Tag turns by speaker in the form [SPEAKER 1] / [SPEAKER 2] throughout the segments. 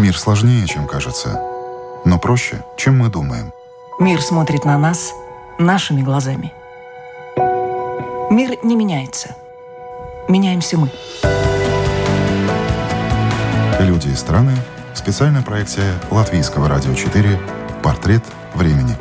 [SPEAKER 1] Мир сложнее, чем кажется, но проще, чем мы думаем.
[SPEAKER 2] Мир смотрит на нас нашими глазами. Мир не меняется. Меняемся мы.
[SPEAKER 1] Люди и страны. Специальная проекция Латвийского радио 4 «Портрет времени».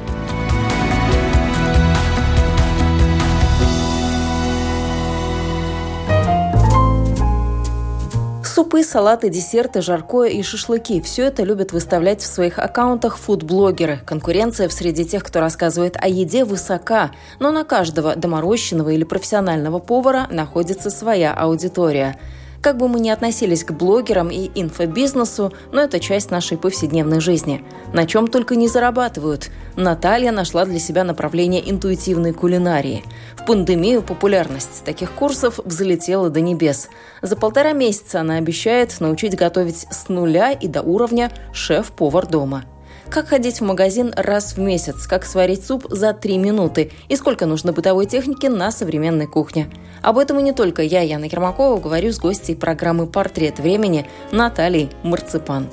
[SPEAKER 3] Супы, салаты, десерты, жаркое и шашлыки – все это любят выставлять в своих аккаунтах фудблогеры. Конкуренция среди тех, кто рассказывает о еде, высока, но на каждого доморощенного или профессионального повара находится своя аудитория. Как бы мы ни относились к блогерам и инфобизнесу, но это часть нашей повседневной жизни. На чем только не зарабатывают. Наталья нашла для себя направление интуитивной кулинарии. В пандемию популярность таких курсов взлетела до небес. За 1,5 месяца она обещает научить готовить с нуля и до уровня шеф-повар дома. Как ходить в магазин раз в месяц, как сварить суп за 3 минуты и сколько нужно бытовой техники на современной кухне. Об этом и не только я, Яна Ермакова, говорю с гостьей программы «Портрет времени» Натальей Марципан.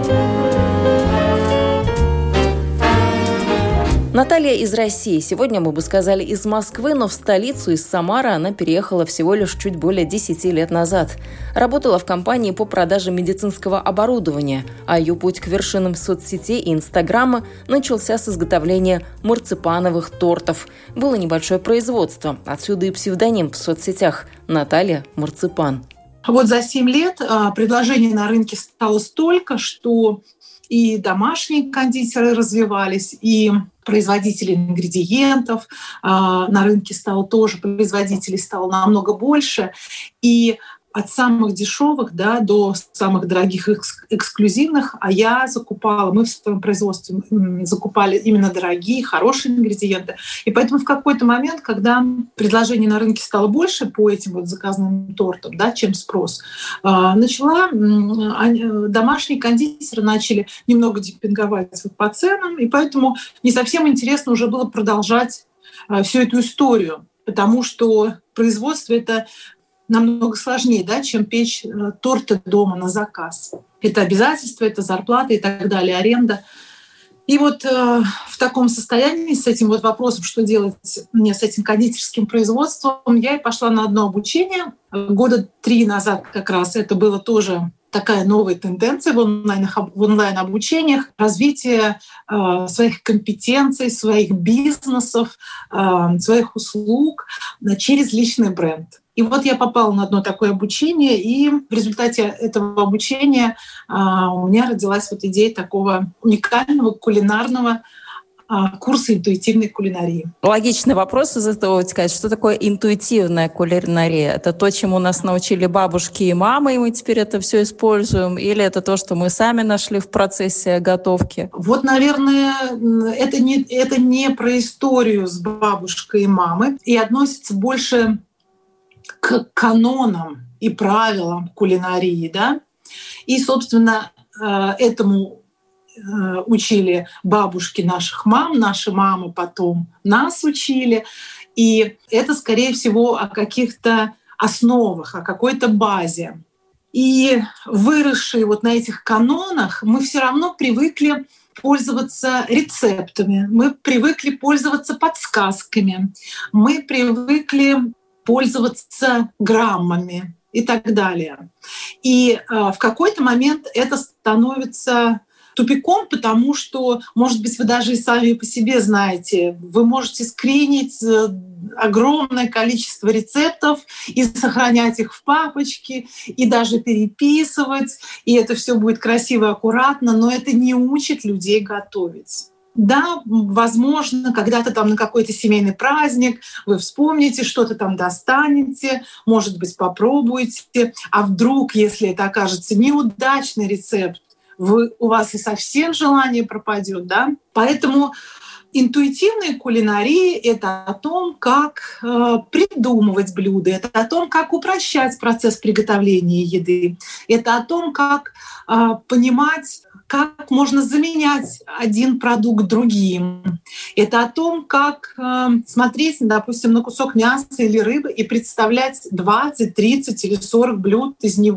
[SPEAKER 3] Наталья из России. Сегодня мы бы сказали из Москвы, но в столицу из Самары она переехала всего лишь чуть более 10 лет назад. Работала в компании по продаже медицинского оборудования, а ее путь к вершинам соцсетей и Инстаграма начался с изготовления марципановых тортов. Было небольшое производство, отсюда и псевдоним в соцсетях Наталья Марципан.
[SPEAKER 4] Вот за 7 лет предложений на рынке стало столько, что и домашние кондитеры развивались, и производители ингредиентов на рынке стало тоже, производителей стало намного больше. И от самых дешевых, до самых дорогих эксклюзивных, а я закупала, мы в своем производстве закупали именно дорогие, хорошие ингредиенты. И поэтому в какой-то момент, когда предложений на рынке стало больше по этим вот заказанным тортам, чем спрос, домашние кондитеры начали немного демпинговать по ценам, и поэтому не совсем интересно уже было продолжать всю эту историю, потому что производство — это намного сложнее, чем печь торты дома на заказ. Это обязательства, это зарплата и так далее, аренда. И вот в таком состоянии с этим вот вопросом, что делать мне с этим кондитерским производством, я и пошла на одно обучение. 3 года назад как раз это было тоже такая новая тенденция в онлайн-обучениях, развитие своих компетенций, своих бизнесов, своих услуг через личный бренд. И вот я попала на одно такое обучение, и в результате этого обучения у меня родилась вот идея такого уникального кулинарного курса интуитивной кулинарии.
[SPEAKER 3] Логичный вопрос из этого вытекает. Что такое интуитивная кулинария? Это то, чему нас научили бабушки и мамы, и мы теперь это все используем? Или это то, что мы сами нашли в процессе готовки?
[SPEAKER 4] Вот, наверное, это не про историю с бабушкой и мамой, и относится больше к канонам и правилам кулинарии, И, собственно, этому учили бабушки наших мам, наши мамы потом нас учили. И это, скорее всего, о каких-то основах, о какой-то базе. И выросшие вот на этих канонах, мы все равно привыкли пользоваться рецептами, мы привыкли пользоваться подсказками, мы привыкли пользоваться граммами и так далее. И в какой-то момент это становится тупиком, потому что, может быть, вы даже и сами по себе знаете, вы можете скринить огромное количество рецептов и сохранять их в папочке, и даже переписывать, и это все будет красиво и аккуратно, но это не учит людей готовить. Да, возможно, когда-то там на какой-то семейный праздник вы вспомните, что-то там достанете, может быть, попробуете, а вдруг, если это окажется неудачный рецепт, у вас и совсем желание пропадет, Поэтому интуитивная кулинария — это о том, как придумывать блюда, это о том, как упрощать процесс приготовления еды, это о том, как понимать, как можно заменять один продукт другим. Это о том, как смотреть, допустим, на кусок мяса или рыбы и представлять 20, 30 или 40 блюд из него.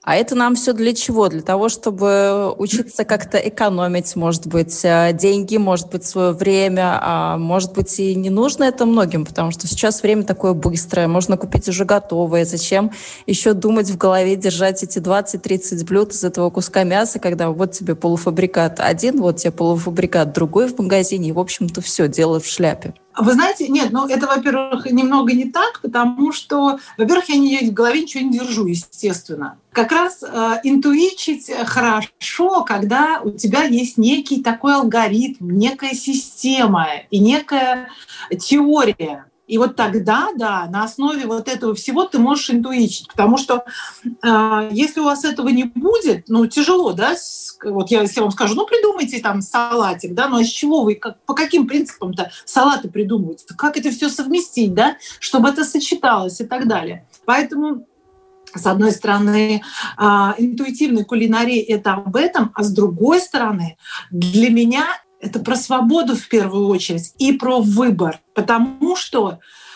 [SPEAKER 5] А это нам все для чего? Для того, чтобы учиться как-то экономить, может быть, деньги, может быть, свое время, а может быть, и не нужно это многим, потому что сейчас время такое быстрое, можно купить уже готовое. Зачем еще думать в голове, держать эти 20-30 блюд из этого куска мяса, когда вот тебе полуфабрикат один, вот тебе полуфабрикат другой в магазине, и, в общем-то, все, дело в шляпе.
[SPEAKER 4] Вы знаете, нет, это, во-первых, немного не так, потому что, во-первых, я в голове ничего не держу, естественно. Как раз интуичить хорошо, когда у тебя есть некий такой алгоритм, некая система и некая теория. И вот тогда, да, на основе вот этого всего ты можешь интуичить. Потому что если у вас этого не будет, тяжело, да, вот если я вам скажу, придумайте там салатик, да, а с чего вы, по каким принципам-то салаты придумываете? Как это все совместить, да, чтобы это сочеталось и так далее. Поэтому, с одной стороны, интуитивная кулинария — это об этом, а с другой стороны, для меня это про свободу в первую очередь и про выбор, потому что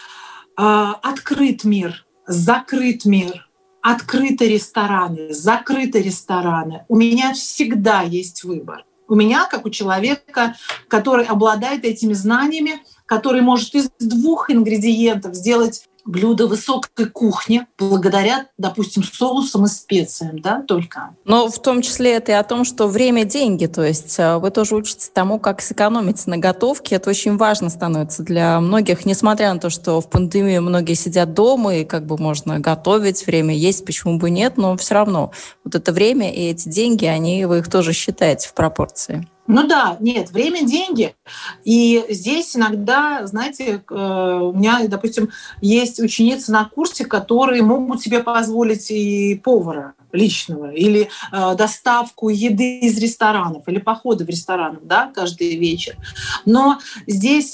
[SPEAKER 4] открыт мир, закрыт мир, открыты рестораны, закрыты рестораны. У меня всегда есть выбор. У меня, как у человека, который обладает этими знаниями, который может из 2 ингредиентов сделать блюдо высокой кухни благодаря, допустим, соусам и специям, да, только.
[SPEAKER 5] Но в том числе это и о том, что время — деньги, то есть вы тоже учитесь тому, как сэкономить на готовке. Это очень важно становится для многих, несмотря на то, что в пандемию многие сидят дома и можно готовить, время есть, почему бы нет, но все равно вот это время и эти деньги, вы их тоже считаете в пропорции.
[SPEAKER 4] Время — деньги. И здесь иногда, знаете, у меня, допустим, есть ученицы на курсе, которые могут себе позволить и повара личного, или доставку еды из ресторанов, или походы в ресторанах, да, каждый вечер. Но здесь,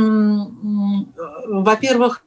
[SPEAKER 4] во-первых,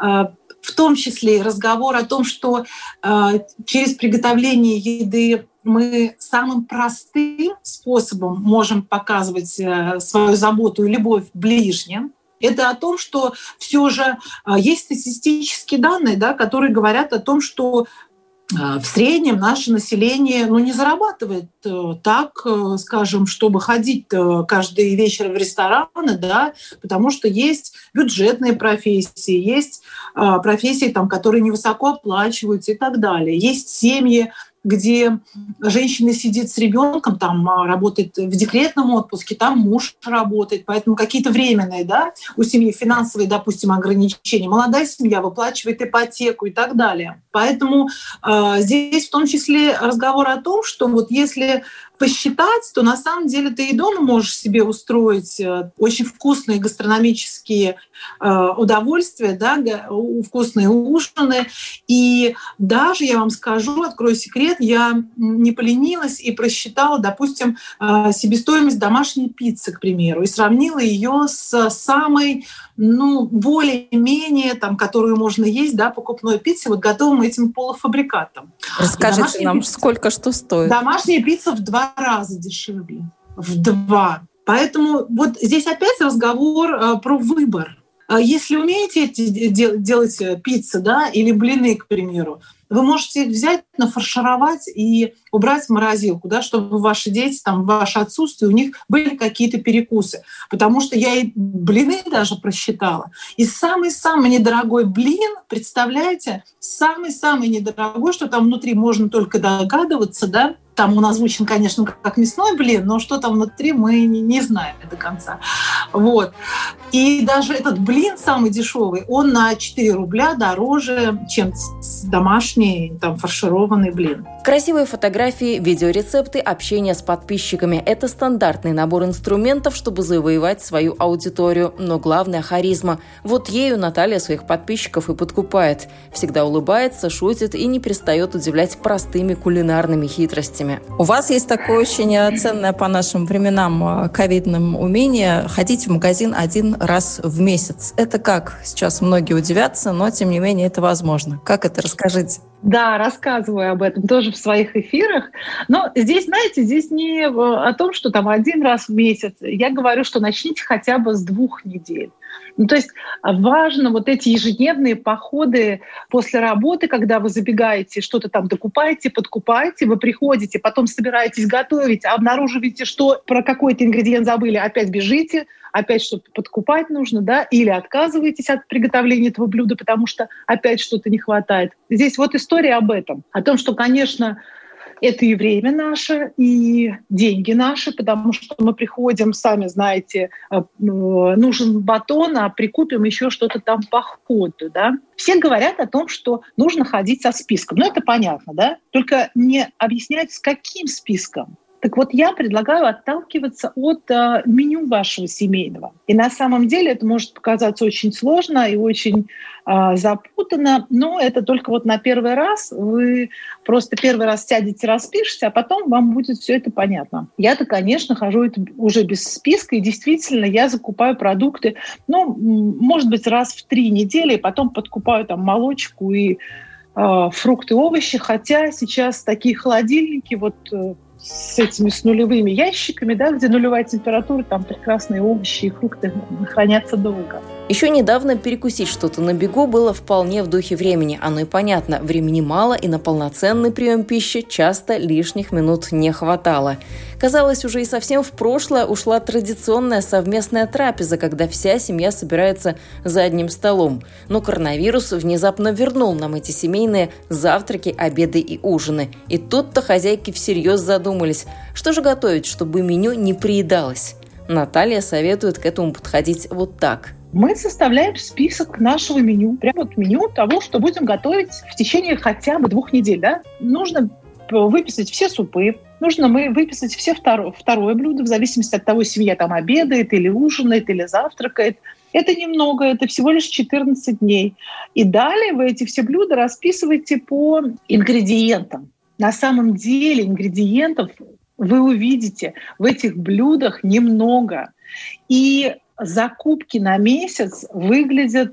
[SPEAKER 4] в том числе разговор о том, что через приготовление еды мы самым простым способом можем показывать свою заботу и любовь ближним. Это о том, что все же есть статистические данные, да, которые говорят о том, что в среднем наше население не зарабатывает так, скажем, чтобы ходить каждый вечер в рестораны, да, потому что есть бюджетные профессии, есть профессии, которые невысоко оплачиваются и так далее. Есть семьи, где женщина сидит с ребенком, там работает в декретном отпуске, там муж работает, поэтому какие-то временные, да, у семьи финансовые, допустим, ограничения. Молодая семья выплачивает ипотеку и так далее. Поэтому здесь в том числе разговор о том, что вот если посчитать, то на самом деле ты и дома можешь себе устроить очень вкусные гастрономические удовольствия, да, вкусные ужины. И даже, я вам скажу, открою секрет, я не поленилась и просчитала, допустим, себестоимость домашней пиццы, к примеру, и сравнила ее с самой, более-менее, которую можно есть, да, покупной пиццы, готовым этим полуфабрикатом.
[SPEAKER 5] Расскажите нам, сколько что стоит?
[SPEAKER 4] Домашняя пицца в 2 раза дешевле. В 2. Поэтому вот здесь опять разговор про выбор. Если умеете делать пиццы, да, или блины, к примеру, вы можете их взять, нафаршировать и убрать в морозилку, да, чтобы ваши дети, в ваше отсутствие, у них были какие-то перекусы. Потому что я и блины даже просчитала. И самый-самый недорогой блин, представляете, самый-самый недорогой, что там внутри можно только догадываться, да, там он озвучен, конечно, как мясной блин, но что там внутри, мы не знаем до конца. Вот. И даже этот блин самый дешевый, он на 4 рубля дороже, чем домашний фаршированный блин.
[SPEAKER 3] Красивые фотографии, видеорецепты, общение с подписчиками – это стандартный набор инструментов, чтобы завоевать свою аудиторию. Но главное – харизма. Вот ею Наталья своих подписчиков и подкупает. Всегда улыбается, шутит и не перестает удивлять простыми кулинарными хитростями.
[SPEAKER 5] У вас есть такое очень ценное по нашим временам ковидным умение ходить в магазин 1 раз в месяц. Это как? Сейчас многие удивятся, но тем не менее это возможно. Как это? Расскажите.
[SPEAKER 6] Да, рассказываю об этом тоже в своих эфирах. Но здесь, знаете, здесь не о том, что 1 раз в месяц. Я говорю, что начните хотя бы с 2 недель. Ну, то есть важно вот эти ежедневные походы после работы, когда вы забегаете, что-то там докупаете, подкупаете, вы приходите, потом собираетесь готовить, а обнаруживаете, что про какой-то ингредиент забыли, опять бежите, опять что-то подкупать нужно, да, или отказываетесь от приготовления этого блюда, потому что опять что-то не хватает. Здесь вот история об этом, о том, что, конечно, это и время наше, и деньги наши, потому что мы приходим, сами знаете, нужен батон, а прикупим еще что-то там по ходу. Да? Все говорят о том, что нужно ходить со списком. Ну, это понятно, да? Только не объяснять, с каким списком. Так вот, я предлагаю отталкиваться от меню вашего семейного. И на самом деле это может показаться очень сложно и очень запутанно, но это только вот на первый раз. Вы просто первый раз сядете, распишете, а потом вам будет все это понятно. Я-то, конечно, хожу это уже без списка, и действительно я закупаю продукты, ну, может быть, раз в 3 недели, и потом подкупаю там молочку и фрукты, овощи, хотя сейчас такие холодильники вот с этими с нулевыми ящиками, да, где нулевая температура, там прекрасные овощи и фрукты хранятся долго.
[SPEAKER 3] Еще недавно перекусить что-то на бегу было вполне в духе времени. Оно и понятно, времени мало, и на полноценный прием пищи часто лишних минут не хватало. Казалось, уже и совсем в прошлое ушла традиционная совместная трапеза, когда вся семья собирается за одним столом. Но коронавирус внезапно вернул нам эти семейные завтраки, обеды и ужины. И тут-то хозяйки всерьез задумались, что же готовить, чтобы меню не приедалось. Наталья советует к этому подходить вот так.
[SPEAKER 6] Мы составляем список нашего меню, прямо вот меню того, что будем готовить в течение хотя бы 2 недель. Да? Нужно выписать все супы, нужно выписать все второе блюдо, в зависимости от того, семья там обедает или ужинает, или завтракает. Это немного, это всего лишь 14 дней. И далее вы эти все блюда расписываете по ингредиентам. На самом деле ингредиентов вы увидите в этих блюдах немного. И закупки на месяц выглядят,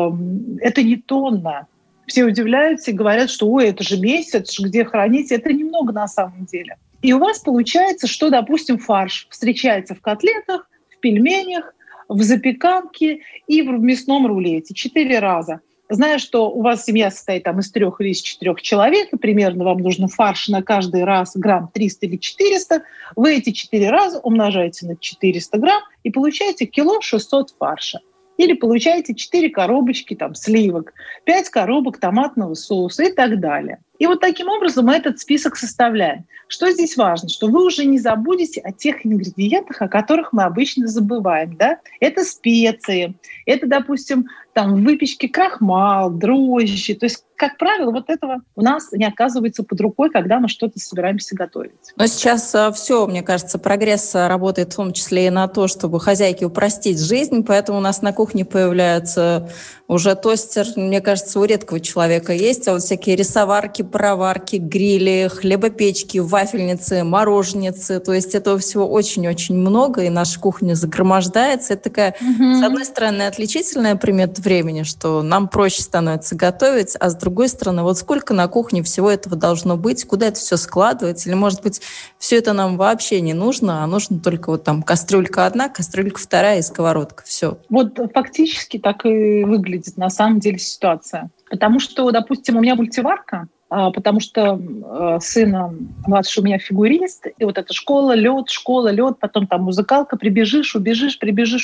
[SPEAKER 6] это не тонна. Все удивляются и говорят, что ой, это же месяц, где хранить, это немного на самом деле. И у вас получается, что, допустим, фарш встречается в котлетах, в пельменях, в запеканке и в мясном рулете 4 раза. Зная, что у вас семья состоит там из 3 или из 4 человек, и примерно вам нужно фарш на каждый раз грамм 300 или 400, вы эти 4 раза умножаете на 400 грамм и получаете 600 фарша. Или получаете 4 коробочки там, сливок, 5 коробок томатного соуса и так далее. И вот таким образом мы этот список составляем. Что здесь важно? Что вы уже не забудете о тех ингредиентах, о которых мы обычно забываем. Да? Это специи, это, допустим, там, в выпечке крахмал, дрожжи. То есть, как правило, вот этого у нас не оказывается под рукой, когда мы что-то собираемся готовить.
[SPEAKER 5] Но сейчас все, мне кажется, прогресс работает в том числе и на то, чтобы хозяйке упростить жизнь, поэтому у нас на кухне появляется уже тостер, мне кажется, у редкого человека есть, а вот всякие рисоварки, пароварки, грили, хлебопечки, вафельницы, мороженицы, то есть этого всего очень-очень много, и наша кухня загромождается. Это такая, с одной стороны, отличительная примета времени, что нам проще становится готовить, а с другой стороны, вот сколько на кухне всего этого должно быть, куда это все складывать, или, может быть, все это нам вообще не нужно, а нужно только вот там кастрюлька одна, кастрюлька вторая и сковородка, все.
[SPEAKER 6] Вот фактически так и выглядит на самом деле ситуация. Потому что, допустим, у меня мультиварка, потому что сын младший у меня фигурист, и вот эта школа, лед, потом там музыкалка, прибежишь, убежишь,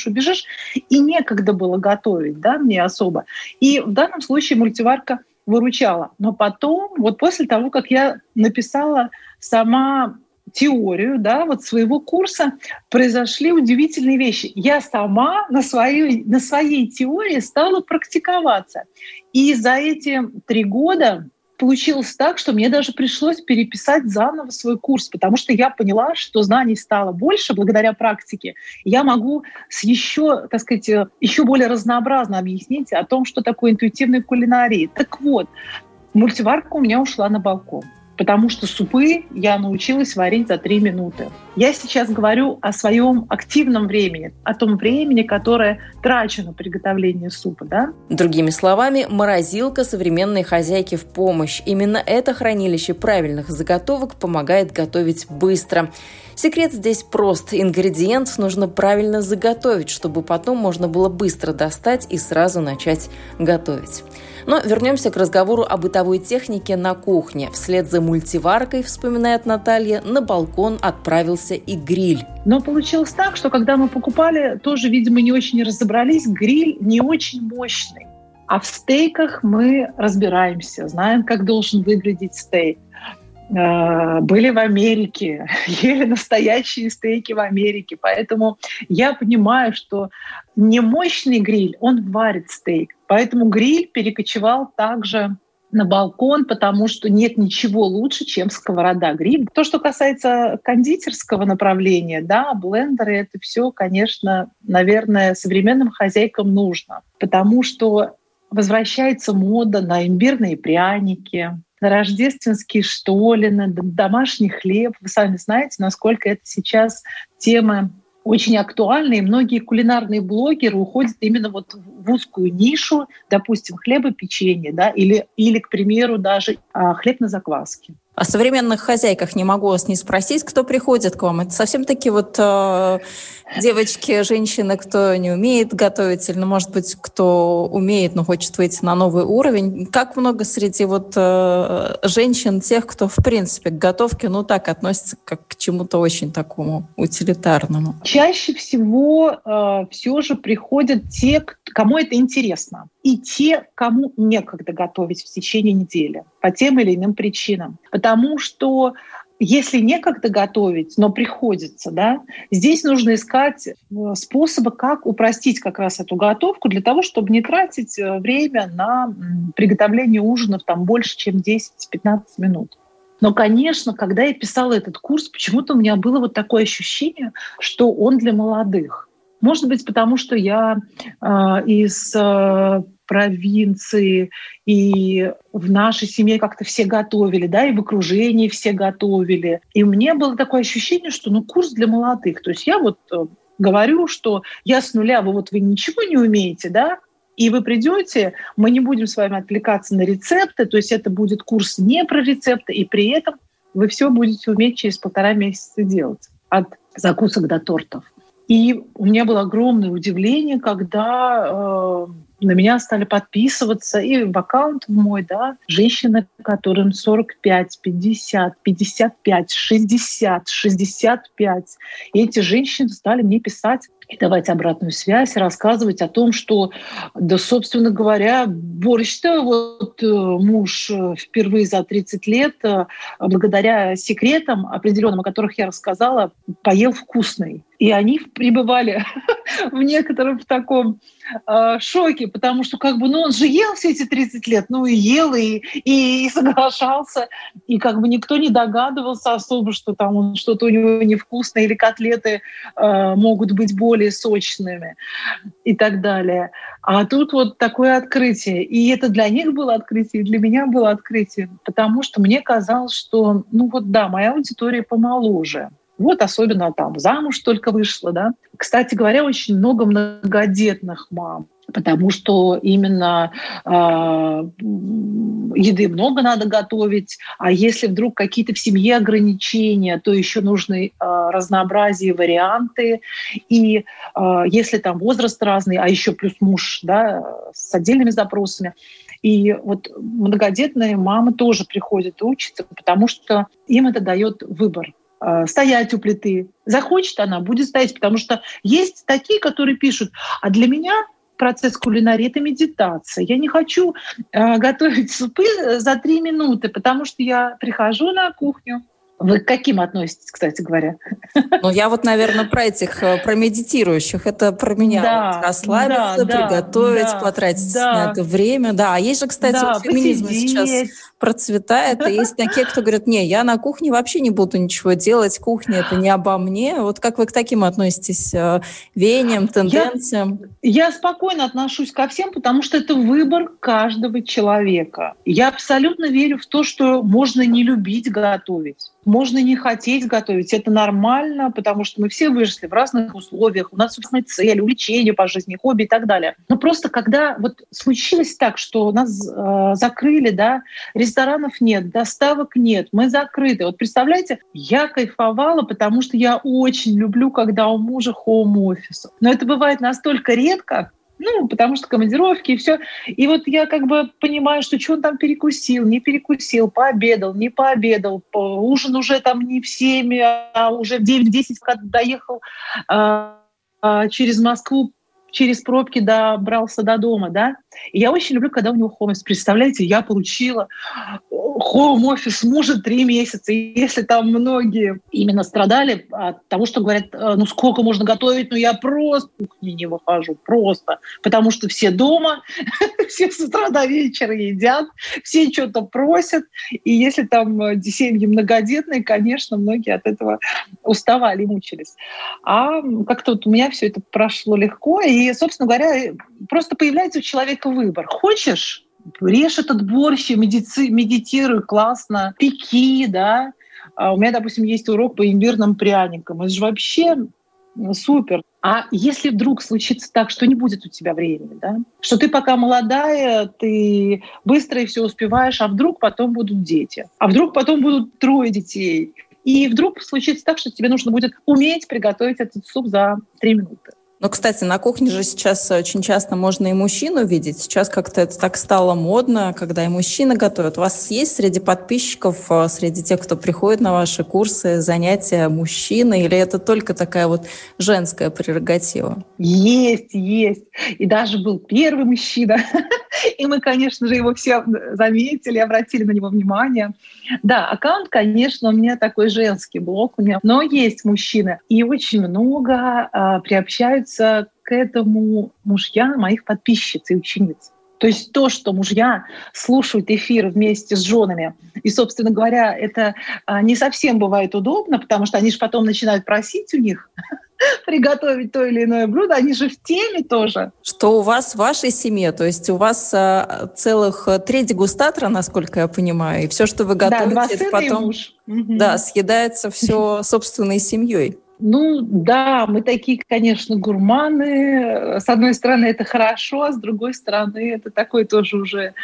[SPEAKER 6] и некогда было готовить, да, мне особо. И в данном случае мультиварка выручала. Но потом, вот после того, как я написала сама теорию, да, вот своего курса, произошли удивительные вещи. Я сама на своей теории стала практиковаться. И за эти 3 года получилось так, что мне даже пришлось переписать заново свой курс, потому что я поняла, что знаний стало больше благодаря практике. Я могу еще, так сказать, еще более разнообразно объяснить о том, что такое интуитивная кулинария. Так вот, мультиварка у меня ушла на балкон. потому что супы я научилась варить за 3 минуты. Я сейчас говорю о своем активном времени, о том времени, которое трачу на приготовление супа. Да?
[SPEAKER 3] Другими словами, морозилка современной хозяйки в помощь. Именно это хранилище правильных заготовок помогает готовить быстро. Секрет здесь прост. Ингредиент нужно правильно заготовить, чтобы потом можно было быстро достать и сразу начать готовить. Но вернемся к разговору о бытовой технике на кухне. Вслед за мультиваркой, вспоминает Наталья, на балкон отправился и гриль.
[SPEAKER 6] Но получилось так, что когда мы покупали, тоже, видимо, не очень разобрались, гриль не очень мощный. А в стейках мы разбираемся, знаем, как должен выглядеть стейк. Были в Америке, ели настоящие стейки в Америке. Поэтому я понимаю, что не мощный гриль, он варит стейк. Поэтому гриль перекочевал также на балкон, потому что нет ничего лучше, чем сковорода. Гриль. То, что касается кондитерского направления, да, блендеры, это все, конечно, наверное, современным хозяйкам нужно. Потому что возвращается мода на имбирные пряники, на рождественские штоллины, домашний хлеб. Вы сами знаете, насколько это сейчас тема очень актуальна, и многие кулинарные блогеры уходят именно вот в узкую нишу, допустим, хлебопечение, да, или, к примеру, даже хлеб на закваске.
[SPEAKER 5] О современных хозяйках не могу вас не спросить, кто приходит к вам. Это совсем такие вот девочки, женщины, кто не умеет готовить, или, может быть, кто умеет, но хочет выйти на новый уровень. Как много среди вот женщин тех, кто, в принципе, к готовке, ну, так относится как к чему-то очень такому утилитарному?
[SPEAKER 6] Чаще всего все же приходят те, кому это интересно, и те, кому некогда готовить в течение недели по тем или иным причинам. Потому что если некогда готовить, но приходится, да, здесь нужно искать способы, как упростить как раз эту готовку для того, чтобы не тратить время на приготовление ужинов там больше, чем 10-15 минут. Но, конечно, когда я писала этот курс, почему-то у меня было вот такое ощущение, что он для молодых. Может быть, потому что я из провинции, и в нашей семье как-то все готовили, да, и в окружении все готовили. И мне было такое ощущение, что курс для молодых. То есть я вот говорю, что я с нуля, вы ничего не умеете, да, и вы придете, мы не будем с вами отвлекаться на рецепты, то есть это будет курс не про рецепты, и при этом вы все будете уметь через 1,5 месяца делать, от закусок до тортов. И у меня было огромное удивление, когда на меня стали подписываться и в аккаунт мой, да, женщины, которым 45, 50, 55, 60, 65. И эти женщины стали мне писать и давать обратную связь, рассказывать о том, что, да, собственно говоря, борщ-то муж впервые за 30 лет, благодаря секретам определенным, о которых я рассказала, поел вкусный. И они пребывали в некотором в таком шоке, потому что он же ел все эти 30 лет, и ел, и соглашался, и никто не догадывался особо, что там что-то у него невкусное, или котлеты могут быть более сочными и так далее. А тут вот такое открытие. И это для них было открытие, и для меня было открытие, потому что мне казалось, что, моя аудитория помоложе. Особенно там замуж только вышла, да. Кстати говоря, очень много многодетных мам, потому что именно еды много надо готовить, а если вдруг какие-то в семье ограничения, то еще нужны разнообразие, варианты. И если там возраст разный, а еще плюс муж, да, с отдельными запросами, и многодетные мамы тоже приходят и учатся, потому что им это дает выбор. Стоять у плиты. Захочет она, будет стоять, потому что есть такие, которые пишут, а для меня процесс кулинарии — это медитация. Я не хочу готовить супы за 3 минуты, потому что я прихожу на кухню. Вы к каким относитесь, кстати говоря?
[SPEAKER 5] Ну, я вот, наверное, про медитирующих. Это про меня.
[SPEAKER 6] Да,
[SPEAKER 5] Вот расслабиться, приготовить, потратить на это время. Да, а есть же, кстати, вот феминизм сейчас процветает, и есть такие, кто говорят, не, я на кухне вообще не буду ничего делать, кухня — это не обо мне. Вот как вы к таким относитесь веяниям, тенденциям?
[SPEAKER 6] Я спокойно отношусь ко всем, потому что это выбор каждого человека. Я абсолютно верю в то, что можно не любить готовить, можно не хотеть готовить. Это нормально, потому что мы все выросли в разных условиях, у нас собственные цели, увлечения по жизни, хобби и так далее. Но просто когда вот случилось так, что нас закрыли, да, ресторанов нет, доставок нет, мы закрыты. Вот представляете, я кайфовала, потому что я очень люблю, когда у мужа хоум-офис. Но это бывает настолько редко, потому что командировки и все. И вот я как бы понимаю, что он там перекусил, не перекусил, пообедал, не пообедал, ужин уже там не в 7, а уже в 9-10, когда доехал через Москву, через пробки добрался до дома, да. И я очень люблю, когда у него хоум-офис. Представляете, я получила хоум-офис мужа 3 месяца. И если там многие именно страдали от того, что говорят, сколько можно готовить, я просто в кухне не выхожу, просто. Потому что все дома, все с утра до вечера едят, все что-то просят. И если там семьи многодетные, конечно, многие от этого уставали и мучились. А как-то вот у меня все это прошло легко. И, собственно говоря, просто появляется у человека выбор. Хочешь, режь этот борщ, медитируй, классно, пеки, да. У меня, допустим, есть урок по имбирным пряникам. Это же вообще супер. А если вдруг случится так, что не будет у тебя времени, да, что ты пока молодая, ты быстро и все успеваешь, а вдруг потом будут дети, а вдруг потом будут 3 детей, и вдруг случится так, что тебе нужно будет уметь приготовить этот суп за 3 минуты.
[SPEAKER 5] Ну, кстати, на кухне же сейчас очень часто можно и мужчин увидеть. Сейчас как-то это так стало модно, когда и мужчины готовят. У вас есть среди подписчиков, среди тех, кто приходит на ваши курсы, занятия мужчины? Или это только такая вот женская прерогатива?
[SPEAKER 6] Есть. И даже был первый мужчина. И мы, конечно же, его все заметили, обратили на него внимание. Да, аккаунт, конечно, у меня такой женский блог, но есть мужчины. И очень много приобщаются к этому мужья моих подписчиц и учениц. То есть то, что мужья слушают эфир вместе с женами, и, собственно говоря, это не совсем бывает удобно, потому что они же потом начинают просить у них приготовить то или иное блюдо, они же в теме тоже.
[SPEAKER 5] Что у вас в вашей семье, то есть у вас целых 3 дегустатора, насколько я понимаю, и все, что вы готовите,
[SPEAKER 6] 2 сына
[SPEAKER 5] это потом
[SPEAKER 6] и муж.
[SPEAKER 5] съедается все собственной семьей.
[SPEAKER 6] Да, мы такие, конечно, гурманы. С одной стороны, это хорошо, а с другой стороны, это такой тоже уже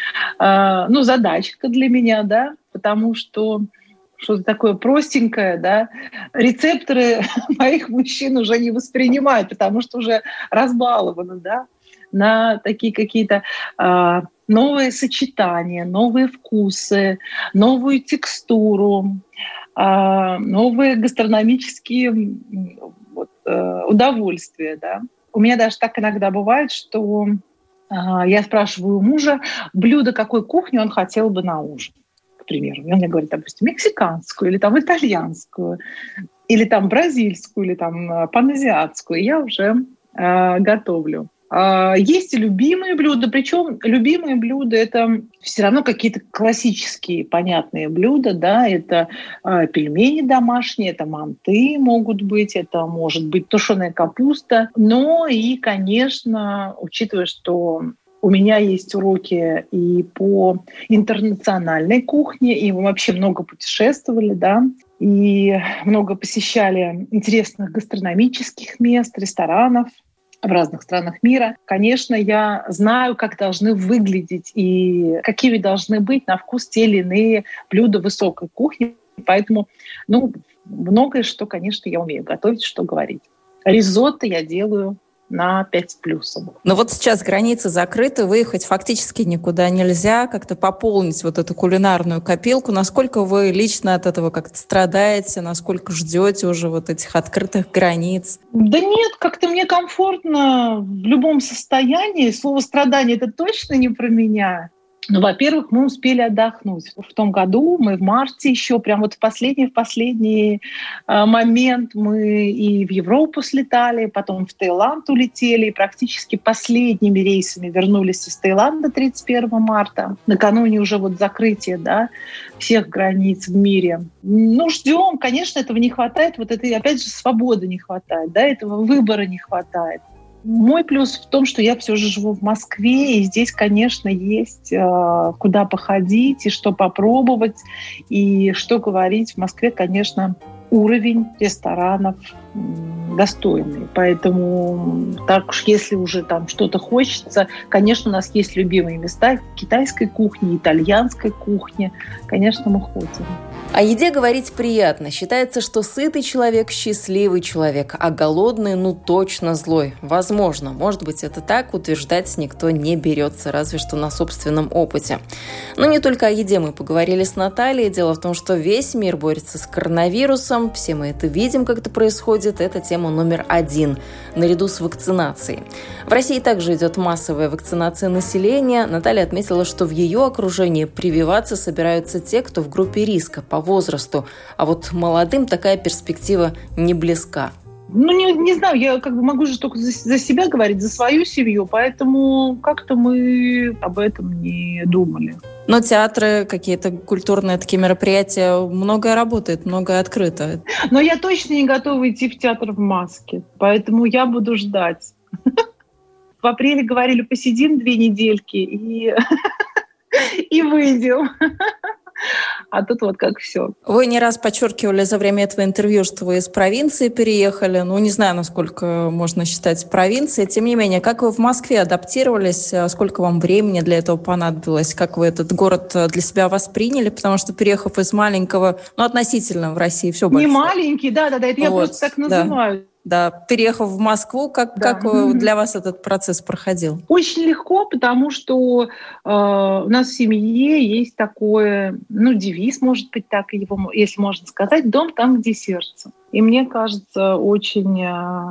[SPEAKER 6] задачка для меня, да, потому что что-то такое простенькое, да, рецепторы моих мужчин уже не воспринимают, потому что уже разбалованы, да, на такие какие-то новые сочетания, новые вкусы, новую текстуру, новые гастрономические удовольствия. Да. У меня даже так иногда бывает, что я спрашиваю у мужа, блюдо какой кухни он хотел бы на ужин, к примеру. И он мне говорит, допустим, мексиканскую, или там итальянскую, или там бразильскую, или там паназиатскую. И я уже готовлю. Есть и любимые блюда, причем любимые блюда — это все равно какие-то классические, понятные блюда, да, это пельмени домашние, это манты могут быть, это может быть тушеная капуста, но и, конечно, учитывая, что у меня есть уроки и по интернациональной кухне, и мы вообще много путешествовали, да, и много посещали интересных гастрономических мест, ресторанов в разных странах мира. Конечно, я знаю, как должны выглядеть и какими должны быть на вкус те или иные блюда высокой кухни. Поэтому, многое, что, конечно, я умею готовить, что говорить. Ризотто я делаю на 5 с плюсом.
[SPEAKER 5] Но вот сейчас границы закрыты, выехать фактически никуда нельзя, как-то пополнить вот эту кулинарную копилку. Насколько вы лично от этого как-то страдаете, насколько ждете уже вот этих открытых границ?
[SPEAKER 6] Да нет, как-то мне комфортно в любом состоянии. Слово «страдание» — это точно не про меня. Ну, во-первых, мы успели отдохнуть. В том году мы в марте еще, прям вот в последний момент мы и в Европу слетали, потом в Таиланд улетели, и практически последними рейсами вернулись из Таиланда 31 марта, накануне уже вот закрытия, да, всех границ в мире. Ну, ждем, конечно, этого не хватает, вот этой, опять же, свободы не хватает, да, этого выбора не хватает. Мой плюс в том, что я все же живу в Москве, и здесь, конечно, есть куда походить и что попробовать, и что говорить. В Москве, конечно, уровень ресторанов достойный. Поэтому так уж, если уже там что-то хочется, конечно, у нас есть любимые места китайской кухни, итальянской кухни. Конечно, мы ходим.
[SPEAKER 3] О еде говорить приятно. Считается, что сытый человек – счастливый человек, а голодный – точно злой. Возможно, может быть, это так, утверждать никто не берется, разве что на собственном опыте. Но не только о еде мы поговорили с Натальей. Дело в том, что весь мир борется с коронавирусом. Все мы это видим, как это происходит. Это тема номер 1, наряду с вакцинацией. В России также идет массовая вакцинация населения. Наталья отметила, что в ее окружении прививаться собираются те, кто в группе риска по возрасту, а вот молодым такая перспектива не близка.
[SPEAKER 6] Ну, не знаю, я могу же только за себя говорить, за свою семью, поэтому как-то мы об этом не думали.
[SPEAKER 5] Но театры, какие-то культурные такие мероприятия, многое работает, многое открыто. Но
[SPEAKER 6] я точно не готова идти в театр в маске, поэтому я буду ждать. В апреле говорили, посидим 2 недельки и выйдем. А тут вот как все.
[SPEAKER 5] Вы не раз подчеркивали за время этого интервью, что вы из провинции переехали. Не знаю, насколько можно считать провинцией. Тем не менее, как вы в Москве адаптировались? Сколько вам времени для этого понадобилось? Как вы этот город для себя восприняли? Потому что, переехав из маленького, относительно в России все большое.
[SPEAKER 6] Не маленький, да, это я просто так называю.
[SPEAKER 5] Да, переехав в Москву, как для вас этот процесс проходил?
[SPEAKER 6] Очень легко, потому что у нас в семье есть такой, девиз, может быть, так его, если можно сказать, «Дом там, где сердце». И мне кажется, очень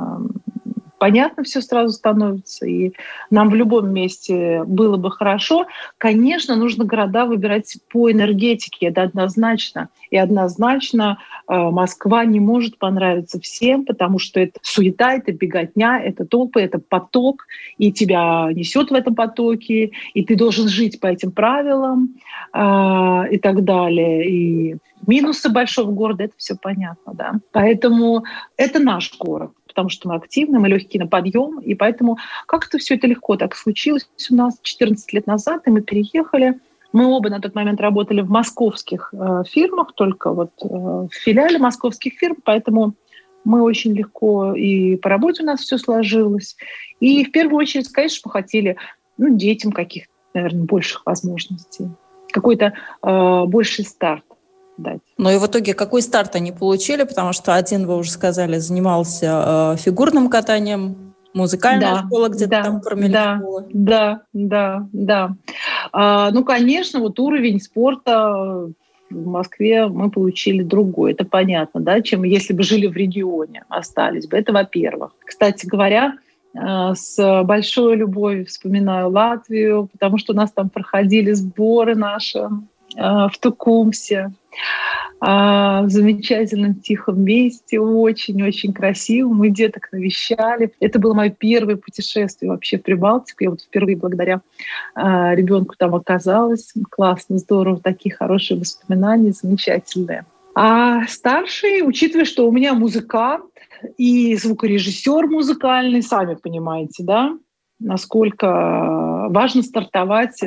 [SPEAKER 6] понятно все сразу становится, и нам в любом месте было бы хорошо. Конечно, нужно города выбирать по энергетике, это однозначно. И однозначно Москва не может понравиться всем, потому что это суета, это беготня, это толпы, это поток, и тебя несет в этом потоке, и ты должен жить по этим правилам и так далее. И минусы большого города, это все понятно, да. Поэтому это наш город, потому что мы активны, мы легкие на подъем, и поэтому как-то все это легко так случилось у нас 14 лет назад, и мы переехали. Мы оба на тот момент работали в московских фирмах, только в филиале московских фирм, поэтому мы очень легко, и по работе у нас все сложилось. И в первую очередь, конечно, мы хотели детям каких-то, наверное, больших возможностей, какой-то больший старт дать.
[SPEAKER 5] Но и в итоге какой старт они получили? Потому что один, вы уже сказали, занимался фигурным катанием, музыкальная школа где-то там промелькнула.
[SPEAKER 6] Да. Конечно, уровень спорта в Москве мы получили другой. Это понятно, да, чем если бы жили в регионе, остались бы. Это во-первых. Кстати говоря, с большой любовью вспоминаю Латвию, потому что у нас там проходили сборы наши в Тукумсе, в замечательном тихом месте, очень-очень красиво. Мы деток навещали. Это было мое первое путешествие вообще в Прибалтику. Я впервые благодаря ребенку там оказалась. Классно, здорово, такие хорошие воспоминания, замечательные. А старший, учитывая, что у меня музыкант и звукорежиссер музыкальный, сами понимаете, да, насколько важно стартовать,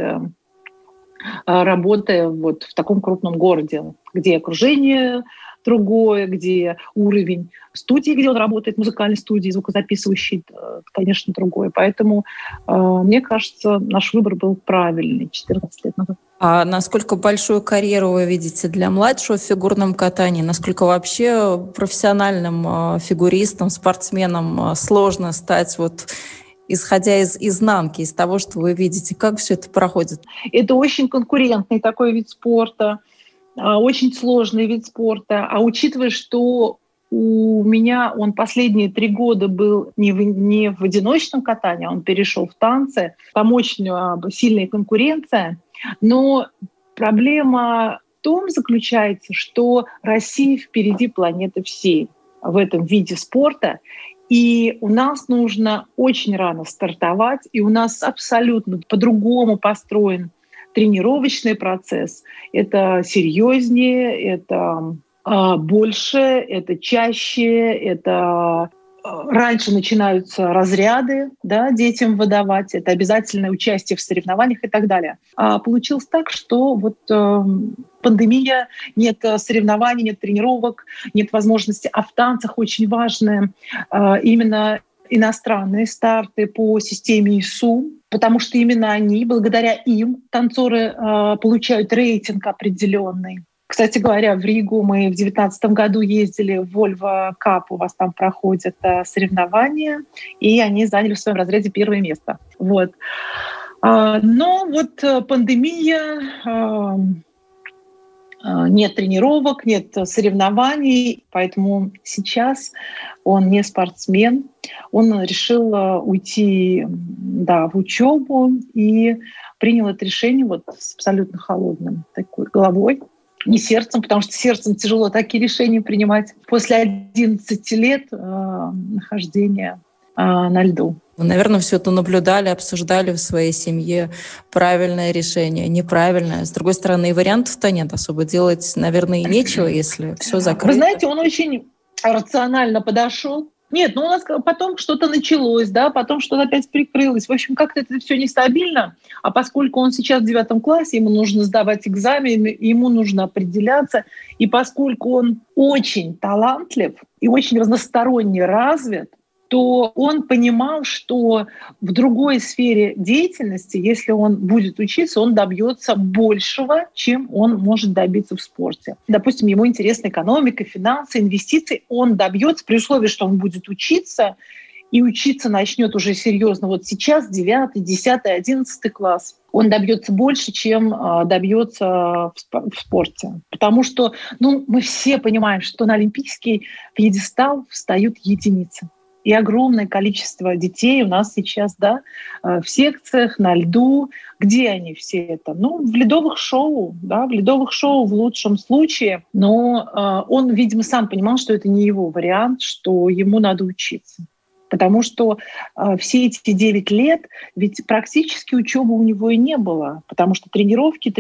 [SPEAKER 6] работая в таком крупном городе, где окружение другое, где уровень студии, где он работает, музыкальной студии, звукозаписывающей, конечно, другой. Поэтому, мне кажется, наш выбор был правильный 14 лет назад.
[SPEAKER 5] А насколько большую карьеру вы видите для младшего в фигурном катании? Насколько вообще профессиональным фигуристом, спортсменом сложно стать исходя из изнанки, из того, что вы видите, как все это проходит?
[SPEAKER 6] Это очень конкурентный такой вид спорта, очень сложный вид спорта. А учитывая, что у меня он последние 3 года был не в одиночном катании, он перешел в танцы. Там очень сильная конкуренция. Но проблема в том заключается, что Россия впереди планеты всей в этом виде спорта. И у нас нужно очень рано стартовать, и у нас абсолютно по-другому построен тренировочный процесс. Это серьезнее, это больше, это чаще, это раньше начинаются разряды, да, детям выдавать, это обязательное участие в соревнованиях и так далее. А получилось так, что вот пандемия, нет соревнований, нет тренировок, нет возможности, а в танцах очень важны именно иностранные старты по системе ИСУ, потому что именно они, благодаря им, танцоры получают рейтинг определенный. Кстати говоря, в Ригу мы в 2019 году ездили в Volvo Cup, у вас там проходят соревнования, и они заняли в своем разряде 1 место. Вот. Но вот пандемия, нет тренировок, нет соревнований, поэтому сейчас он не спортсмен, он решил уйти, да, в учебу и принял это решение вот с абсолютно холодным такой головой. Не сердцем, потому что сердцем тяжело такие решения принимать после 11 лет нахождения на льду.
[SPEAKER 5] Вы, наверное, все это наблюдали, обсуждали в своей семье. Правильное решение, неправильное. С другой стороны, и вариантов-то нет. Особо делать, наверное, и нечего, если все закрыто.
[SPEAKER 6] Вы знаете, он очень рационально подошел. Нет, ну у нас потом что-то началось, да, потом что-то опять прикрылось. В общем, как-то это все нестабильно. А поскольку он сейчас в 9 классе, ему нужно сдавать экзамены, ему нужно определяться. И поскольку он очень талантлив и очень разносторонне развит, то он понимал, что в другой сфере деятельности, если он будет учиться, он добьется большего, чем он может добиться в спорте. Допустим, ему интересна экономика, финансы, инвестиции. Он добьется при условии, что он будет учиться, и учиться начнет уже серьезно. Вот сейчас 9, 10, 11 класс. Он добьется больше, чем добьется в спорте. Потому что мы все понимаем, что на олимпийский пьедестал встают единицы. И огромное количество детей у нас сейчас, да, в секциях, на льду. Где они все это? В ледовых шоу, да, в ледовых шоу в лучшем случае. Но он, видимо, сам понимал, что это не его вариант, что ему надо учиться. Потому что все эти 9 лет, ведь практически учебы у него и не было. Потому что тренировки.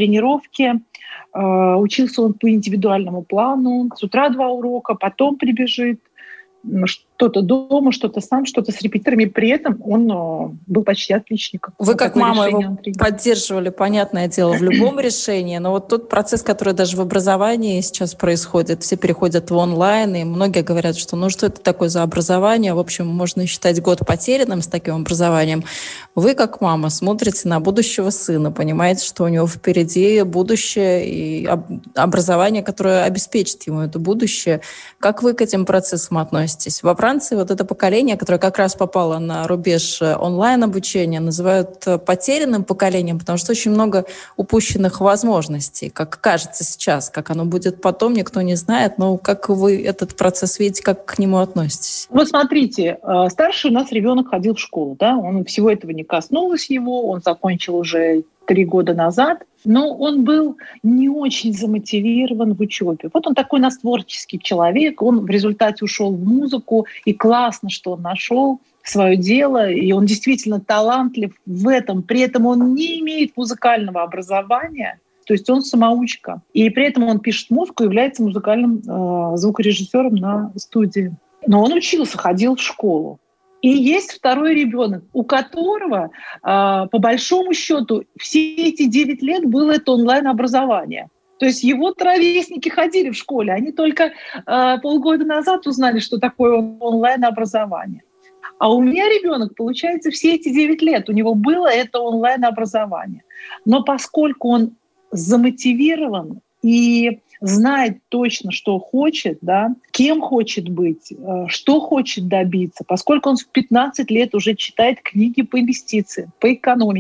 [SPEAKER 6] Учился он по индивидуальному плану. С утра 2 урока, потом прибежит. Что-то дома, что-то сам, что-то с репетиторами. При этом он был почти отличником.
[SPEAKER 5] Вы как мама его поддерживали, понятное дело, в любом решении. Но вот тот процесс, который даже в образовании сейчас происходит, все переходят в онлайн, и многие говорят, что что это такое за образование? В общем, можно считать год потерянным с таким образованием. Вы как мама смотрите на будущего сына, понимаете, что у него впереди будущее и образование, которое обеспечит ему это будущее. Как вы к этим процессам относитесь? Во Франции вот это поколение, которое как раз попало на рубеж онлайн-обучения, называют потерянным поколением, потому что очень много упущенных возможностей, как кажется сейчас. Как оно будет потом, никто не знает. Но как вы этот процесс видите, как к нему относитесь?
[SPEAKER 6] Вот смотрите, старший у нас ребенок ходил в школу, да, он всего этого не коснулось его, он закончил уже 3 года назад. Но он был не очень замотивирован в учебе. Вот он такой у нас творческий человек, он в результате ушел в музыку, и классно, что он нашел свое дело, и он действительно талантлив в этом. При этом он не имеет музыкального образования, то есть он самоучка. И при этом он пишет музыку, является музыкальным звукорежиссером на студии. Но он учился, ходил в школу. И есть второй ребенок, у которого, по большому счету, все эти 9 лет было это онлайн-образование. То есть его ровесники ходили в школе, они только полгода назад узнали, что такое онлайн-образование. А у меня ребенок, получается, все эти 9 лет у него было это онлайн-образование. Но поскольку он замотивирован и знает точно, что хочет, да, кем хочет быть, что хочет добиться, поскольку он в 15 лет уже читает книги по инвестициям, по экономике,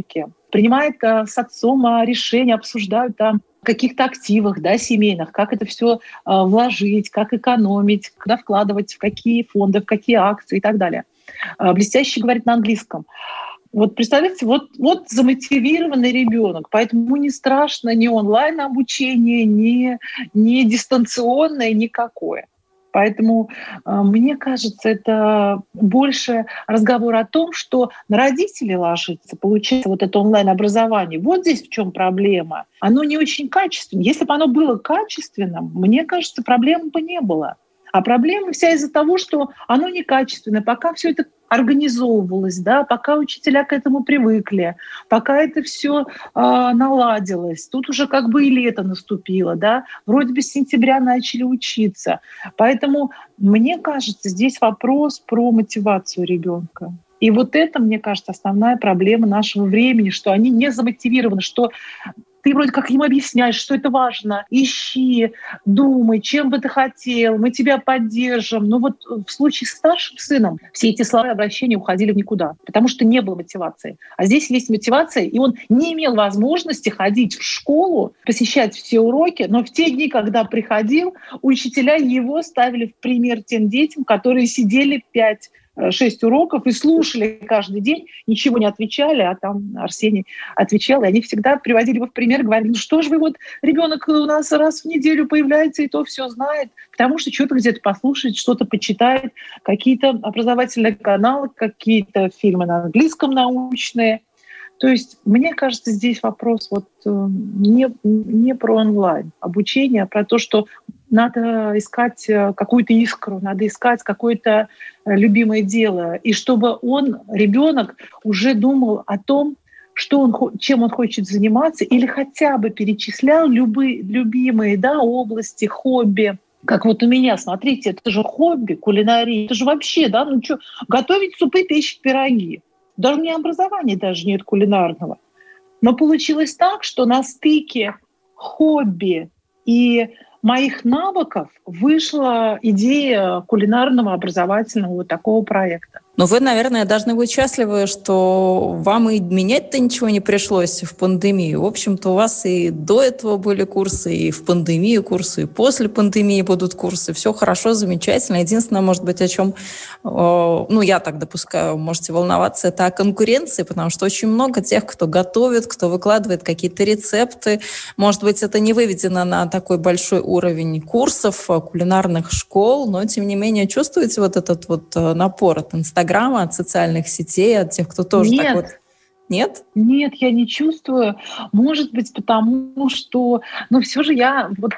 [SPEAKER 6] принимает с отцом решения, обсуждают там каких-то активах, да, семейных, как это все вложить, как экономить, куда вкладывать, в какие фонды, в какие акции и так далее. Блестяще говорит на английском. Вот представляете, вот замотивированный ребенок, поэтому ему не страшно ни онлайн-обучение, ни дистанционное, никакое. Поэтому, мне кажется, это больше разговор о том, что на родителей ложится, получается, вот это онлайн-образование. Вот здесь в чем проблема. Оно не очень качественное. Если бы оно было качественным, мне кажется, проблем бы не было. А проблема вся из-за того, что оно некачественное. Пока все это организовывалось, да, пока учителя к этому привыкли, пока это все наладилось. Тут уже как бы и лето наступило, да, вроде бы с сентября начали учиться. Поэтому, мне кажется, здесь вопрос про мотивацию ребенка. И вот это, мне кажется, основная проблема нашего времени, что они не замотивированы, что ты вроде как им объясняешь, что это важно. Ищи, думай, чем бы ты хотел, мы тебя поддержим. Но вот в случае с старшим сыном все эти слова и обращения уходили в никуда, потому что не было мотивации. А здесь есть мотивация, и он не имел возможности ходить в школу, посещать все уроки, но в те дни, когда приходил, учителя его ставили в пример тем детям, которые сидели 5-6 уроков и слушали каждый день, ничего не отвечали, а там Арсений отвечал, и они всегда приводили его в пример, говорили, ну что ж вы, вот ребенок у нас раз в неделю появляется и то все знает, потому что что-то где-то послушает, что-то почитает, какие-то образовательные каналы, какие-то фильмы на английском научные. То есть, мне кажется, здесь вопрос вот не про онлайн обучение, а про то, что надо искать какую-то искру, надо искать какое-то любимое дело. И чтобы ребенок, уже думал о том, чем он хочет заниматься, или хотя бы перечислял любимые, да, области, хобби. Как вот у меня, смотрите, это же хобби, кулинария, это же вообще, да, ну что, готовить супы, печь пироги. Даже у меня образования даже нет кулинарного. Но получилось так, что на стыке хобби и моих навыков вышла идея кулинарного образовательного вот такого проекта.
[SPEAKER 5] Но вы, наверное, должны быть счастливы, что вам и менять-то ничего не пришлось в пандемию. В общем-то, у вас и до этого были курсы, и в пандемию курсы, и после пандемии будут курсы. Все хорошо, замечательно. Единственное, может быть, о чем, я так допускаю, можете волноваться, это о конкуренции, потому что очень много тех, кто готовит, кто выкладывает какие-то рецепты. Может быть, это не выведено на такой большой уровень курсов, кулинарных школ, но, тем не менее, чувствуете вот этот вот напор от Инстаграма, от социальных сетей, от тех, кто тоже так вот... Нет?
[SPEAKER 6] Нет, я не чувствую. Может быть, потому что... Но все же я вот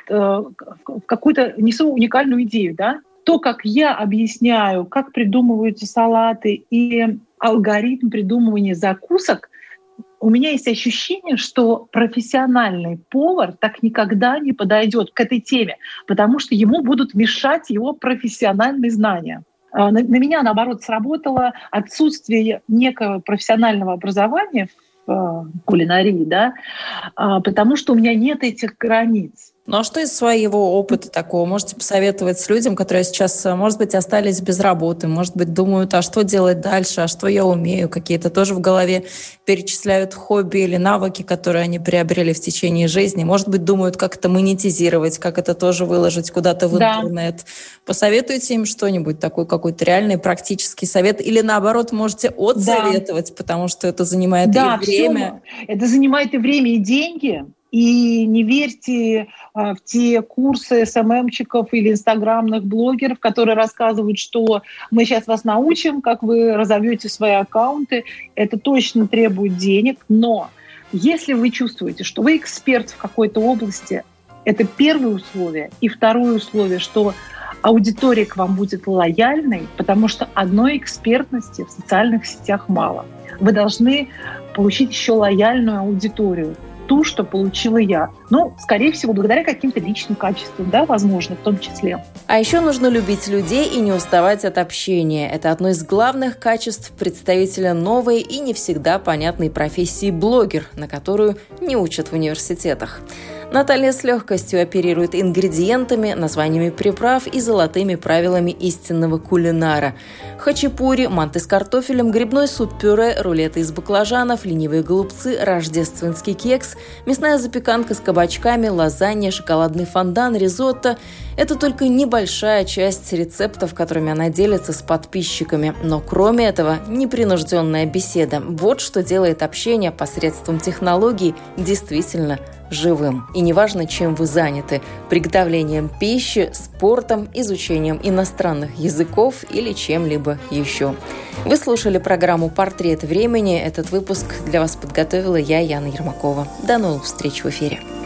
[SPEAKER 6] какую-то несу уникальную идею, да? То, как я объясняю, как придумываются салаты и алгоритм придумывания закусок, у меня есть ощущение, что профессиональный повар так никогда не подойдет к этой теме, потому что ему будут мешать его профессиональные знания. На меня, наоборот, сработало отсутствие некого профессионального образования в кулинарии, да, потому что у меня нет этих границ.
[SPEAKER 5] Ну а что из своего опыта такого можете посоветовать людям, которые сейчас, может быть, остались без работы, может быть, думают, а что делать дальше, а что я умею, какие-то тоже в голове перечисляют хобби или навыки, которые они приобрели в течение жизни, может быть, думают, как это монетизировать, как это тоже выложить куда-то в интернет. Посоветуйте им что-нибудь, такой какой-то реальный практический совет, или наоборот, можете отсоветовать, потому что это занимает и время.
[SPEAKER 6] Это занимает и время, и деньги. И не верьте в те курсы СММщиков или инстаграмных блогеров, которые рассказывают, что мы сейчас вас научим, как вы разовьете свои аккаунты. Это точно требует денег. Но если вы чувствуете, что вы эксперт в какой-то области, это первое условие. И второе условие, что аудитория к вам будет лояльной, потому что одной экспертности в социальных сетях мало. Вы должны получить еще лояльную аудиторию. Ту, что получила я. Ну, скорее всего, благодаря каким-то личным качествам, да, возможно, в том числе.
[SPEAKER 3] А еще нужно любить людей и не уставать от общения. Это одно из главных качеств представителя новой и не всегда понятной профессии блогер, на которую не учат в университетах. Наталья с легкостью оперирует ингредиентами, названиями приправ и золотыми правилами истинного кулинара. Хачапури, манты с картофелем, грибной суп-пюре, рулеты из баклажанов, ленивые голубцы, рождественский кекс, мясная запеканка с кабачками, лазанья, шоколадный фондан, ризотто – это только небольшая часть рецептов, которыми она делится с подписчиками. Но кроме этого, непринужденная беседа – вот что делает общение посредством технологий действительно живым. И неважно, чем вы заняты – приготовлением пищи, спортом, изучением иностранных языков или чем-либо еще. Вы слушали программу «Портрет времени». Этот выпуск для вас подготовила я, Яна Ермакова. До новых встреч в эфире.